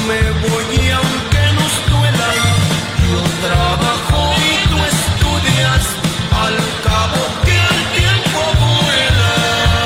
me voy y aunque nos duela, yo trabajo y tú estudias, al cabo que el tiempo vuela.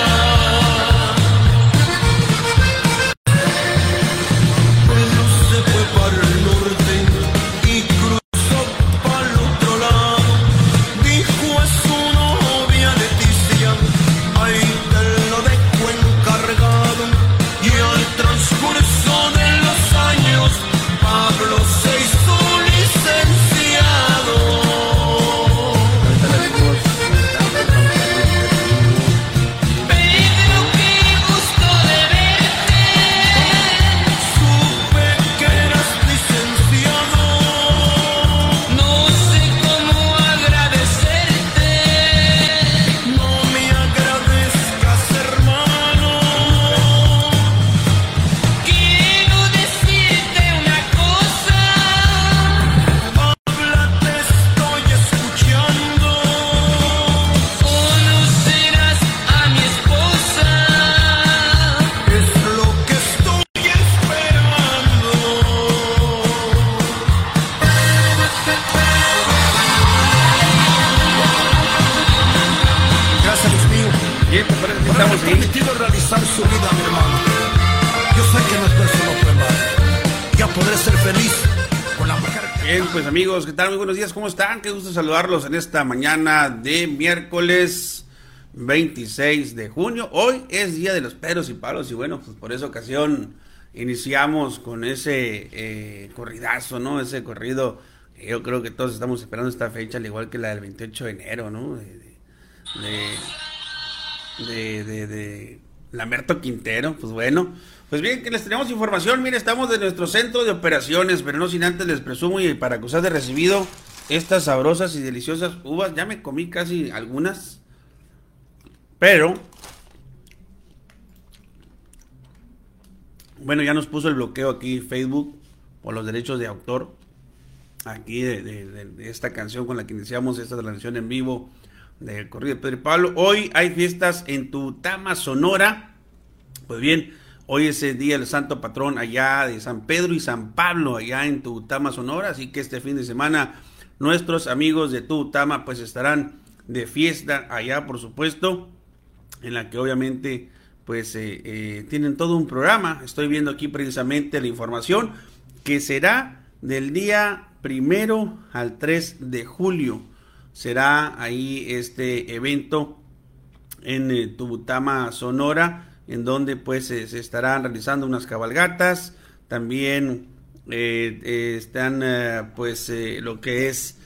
Pero se fue para el norte y cruzó para el otro lado. Dijo a su novia Leticia, ahí te lo dejo encargado. Y al transcurso de los años, Pablo se hizo licenciado. Pedro, qué gusto de verte. Supe que eras licenciado. No sé cómo agradecerte. No me agradezcas, hermano. Quiero decirte una cosa. Habla, te estoy escuchando. Conocerás a mi esposa. Es lo que estoy esperando. Gracias, Dios mío. Bien, pues parece que Por haberme estamos ahí. permitido realizar su vida, mi hermano. Yo sé que no es persona hermano. Ya podré ser feliz con la mujer. Bien, pues amigos, ¿qué tal? Muy buenos días, ¿cómo están? Qué gusto saludarlos en esta mañana de miércoles 26 de junio. Hoy es Día de los Pedros y Palos y bueno, pues por esa ocasión iniciamos con ese corridazo, ¿no? Ese corrido que yo creo que todos estamos esperando esta fecha, al igual que la del 28 de enero, ¿no? De Lamberto Quintero. Pues bueno, pues bien, que les tenemos información. Mire, estamos de nuestro centro de operaciones, pero no sin antes les presumo y para acusar de recibido estas sabrosas y deliciosas uvas. Ya me comí casi algunas, pero bueno, ya nos puso el bloqueo aquí Facebook por los derechos de autor aquí de esta canción con la que iniciamos esta transmisión en vivo del corrido de Pedro y Pablo. Hoy hay fiestas en Tutama, Sonora. Pues bien, hoy es el día del santo patrón allá de San Pedro y San Pablo, allá en Tutama, Sonora. Así que este fin de semana nuestros amigos de Tutama pues estarán de fiesta allá, por supuesto, en la que obviamente pues tienen todo un programa. Estoy viendo aquí precisamente la información que será del día 1 al 3 de julio. Será ahí este evento en Tutama, Sonora, en donde pues se estarán realizando unas cabalgatas. También están lo que es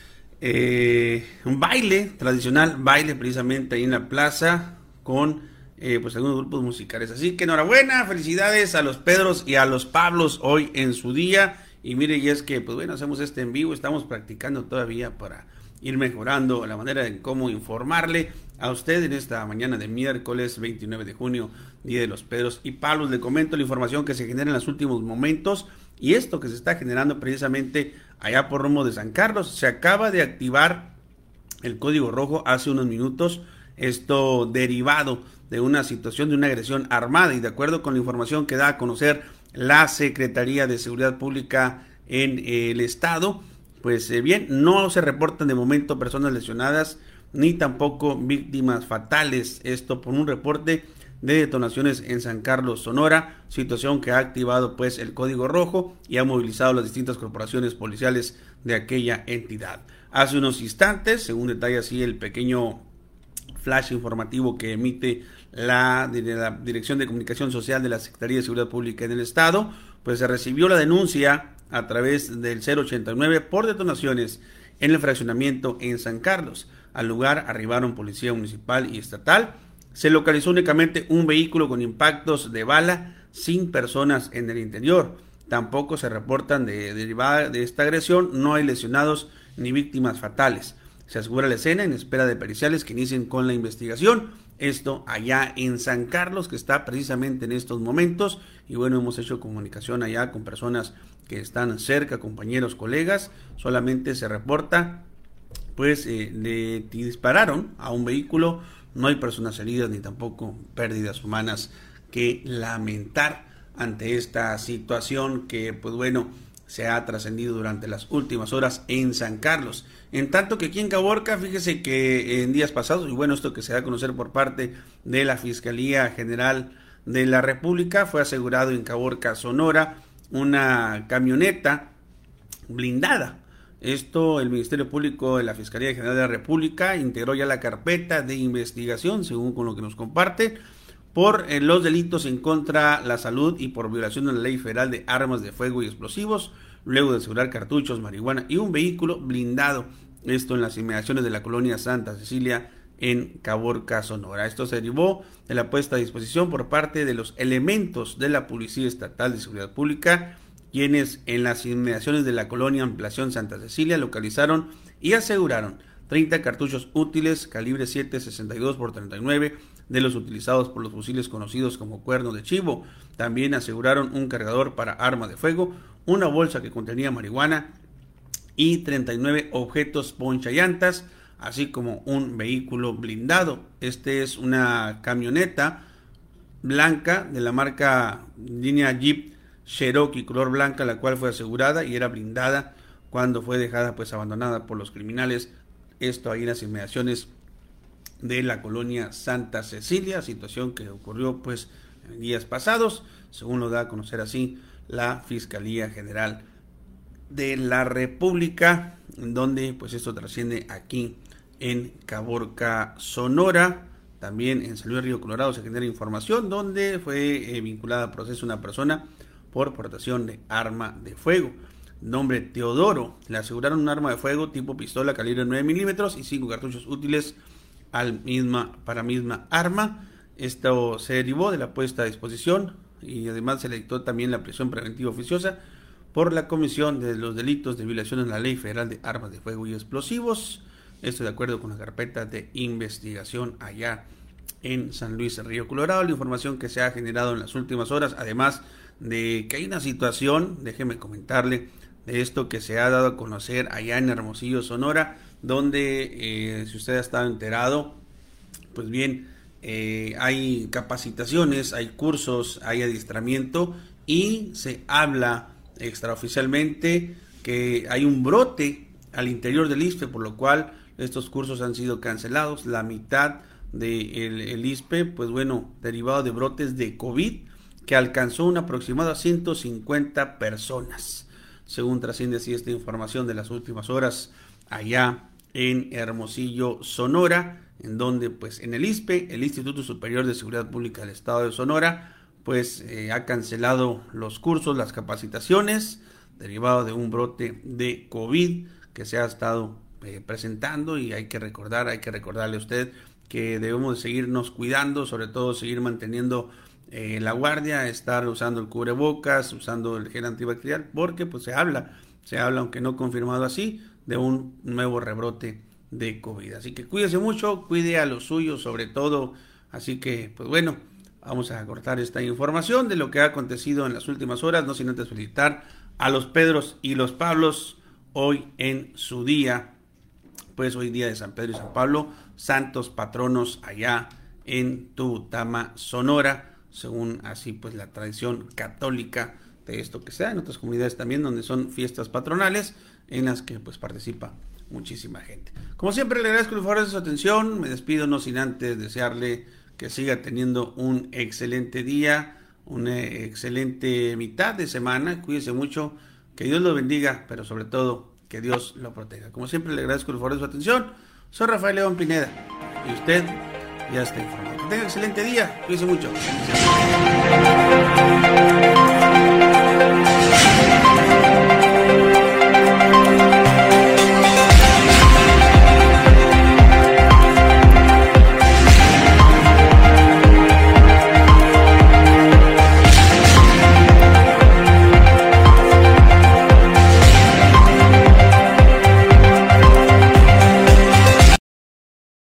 un baile tradicional, baile precisamente ahí en la plaza con pues algunos grupos musicales. Así que enhorabuena, felicidades a los Pedros y a los Pablos hoy en su día. Y mire, y es que pues bueno, hacemos este en vivo, estamos practicando todavía para ir mejorando la manera en cómo informarle a usted en esta mañana de miércoles 29 de junio, Día de los Pedros y Pablos. Le comento la información que se genera en los últimos momentos y esto que se está generando precisamente allá por rumbo de San Carlos. Se acaba de activar el código rojo hace unos minutos, esto derivado de una situación de una agresión armada y de acuerdo con la información que da a conocer la Secretaría de Seguridad Pública en el estado, pues bien, no se reportan de momento personas lesionadas ni tampoco víctimas fatales. Esto por un reporte de detonaciones en San Carlos, Sonora, situación que ha activado pues el código rojo y ha movilizado las distintas corporaciones policiales de aquella entidad. Hace unos instantes, según detalla así el pequeño flash informativo que emite la Dirección de Comunicación Social de la Secretaría de Seguridad Pública en el estado, pues se recibió la denuncia a través del 089 por detonaciones en el fraccionamiento en San Carlos. Al lugar arribaron policía municipal y estatal. Se localizó únicamente un vehículo con impactos de bala sin personas en el interior. Tampoco se reportan derivada de esta agresión, no hay lesionados ni víctimas fatales. Se asegura la escena en espera de periciales que inicien con la investigación. Esto allá en San Carlos, que está precisamente en estos momentos. Y bueno, hemos hecho comunicación allá con personas que están cerca, compañeros, colegas. Solamente se reporta, pues, le dispararon a un vehículo. No hay personas heridas ni tampoco pérdidas humanas que lamentar ante esta situación que, pues bueno, se ha trascendido durante las últimas horas en San Carlos. En tanto que aquí en Caborca, fíjese que en días pasados, y bueno, esto que se da a conocer por parte de la Fiscalía General de la República, fue asegurado en Caborca, Sonora, una camioneta blindada. Esto, el Ministerio Público de la Fiscalía General de la República integró ya la carpeta de investigación, según con lo que nos comparte, por los delitos en contra la salud y por violación de la Ley Federal de Armas de Fuego y Explosivos, luego de asegurar cartuchos, marihuana y un vehículo blindado. Esto en las inmediaciones de la colonia Santa Cecilia en Caborca, Sonora. Esto se derivó de la puesta a disposición por parte de los elementos de la Policía Estatal de Seguridad Pública, quienes en las inmediaciones de la colonia Ampliación Santa Cecilia localizaron y aseguraron 30 cartuchos útiles calibre 7.62 x 39 de los utilizados por los fusiles conocidos como cuerno de chivo. También aseguraron un cargador para arma de fuego, una bolsa que contenía marihuana y 39 objetos ponchallantas, así como un vehículo blindado. Este es una camioneta blanca de la marca línea Jeep Cherokee color blanca, la cual fue asegurada y era blindada cuando fue dejada pues abandonada por los criminales. Esto ahí en las inmediaciones de la colonia Santa Cecilia, situación que ocurrió pues en días pasados, según lo da a conocer así la Fiscalía General de la República, donde pues esto trasciende aquí en Caborca, Sonora. También en San Luis Río Colorado se genera información donde fue vinculada a proceso una persona por portación de arma de fuego. Nombre Teodoro. Le aseguraron un arma de fuego tipo pistola calibre 9 milímetros y 5 cartuchos útiles para misma arma. Esto se derivó de la puesta a disposición y además se le dictó también la prisión preventiva oficiosa por la comisión de los delitos de violación a la Ley Federal de Armas de Fuego y Explosivos. Esto de acuerdo con la carpeta de investigación allá en San Luis Río Colorado. La información que se ha generado en las últimas horas, además de que hay una situación, déjeme comentarle, de esto que se ha dado a conocer allá en Hermosillo, Sonora, donde si usted ha estado enterado, pues bien, hay capacitaciones, hay cursos, hay adiestramiento y se habla extraoficialmente que hay un brote al interior del ISSSTE, por lo cual estos cursos han sido cancelados. La mitad del ISSSTE, pues bueno, derivado de brotes de COVID, que alcanzó un aproximado a 150 personas, según trasciende así esta información de las últimas horas allá en Hermosillo, Sonora, en donde pues en el ISSSTE, el Instituto Superior de Seguridad Pública del Estado de Sonora, pues ha cancelado los cursos, las capacitaciones, derivado de un brote de COVID que se ha estado presentando. Y hay que recordarle a usted que debemos de seguirnos cuidando, sobre todo seguir manteniendo la guardia, estar usando el cubrebocas, usando el gel antibacterial, porque pues se habla, aunque no confirmado así, de un nuevo rebrote de COVID. Así que cuídese mucho, cuide a los suyos sobre todo. Así que pues bueno, vamos a cortar esta información de lo que ha acontecido en las últimas horas, no sin antes felicitar a los Pedros y los Pablos hoy en su día, pues hoy día de San Pedro y San Pablo, santos patronos allá en Tubutama, Sonora, según así pues la tradición católica de esto que se da en otras comunidades también, donde son fiestas patronales en las que pues participa muchísima gente. Como siempre le agradezco el favor de su atención, me despido no sin antes desearle que siga teniendo un excelente día, una excelente mitad de semana, cuídese mucho, que Dios lo bendiga, pero sobre todo que Dios lo proteja. Como siempre le agradezco el favor de su atención, soy Rafael León Pineda y usted ya está informado. Que tenga un excelente día, cuídese mucho.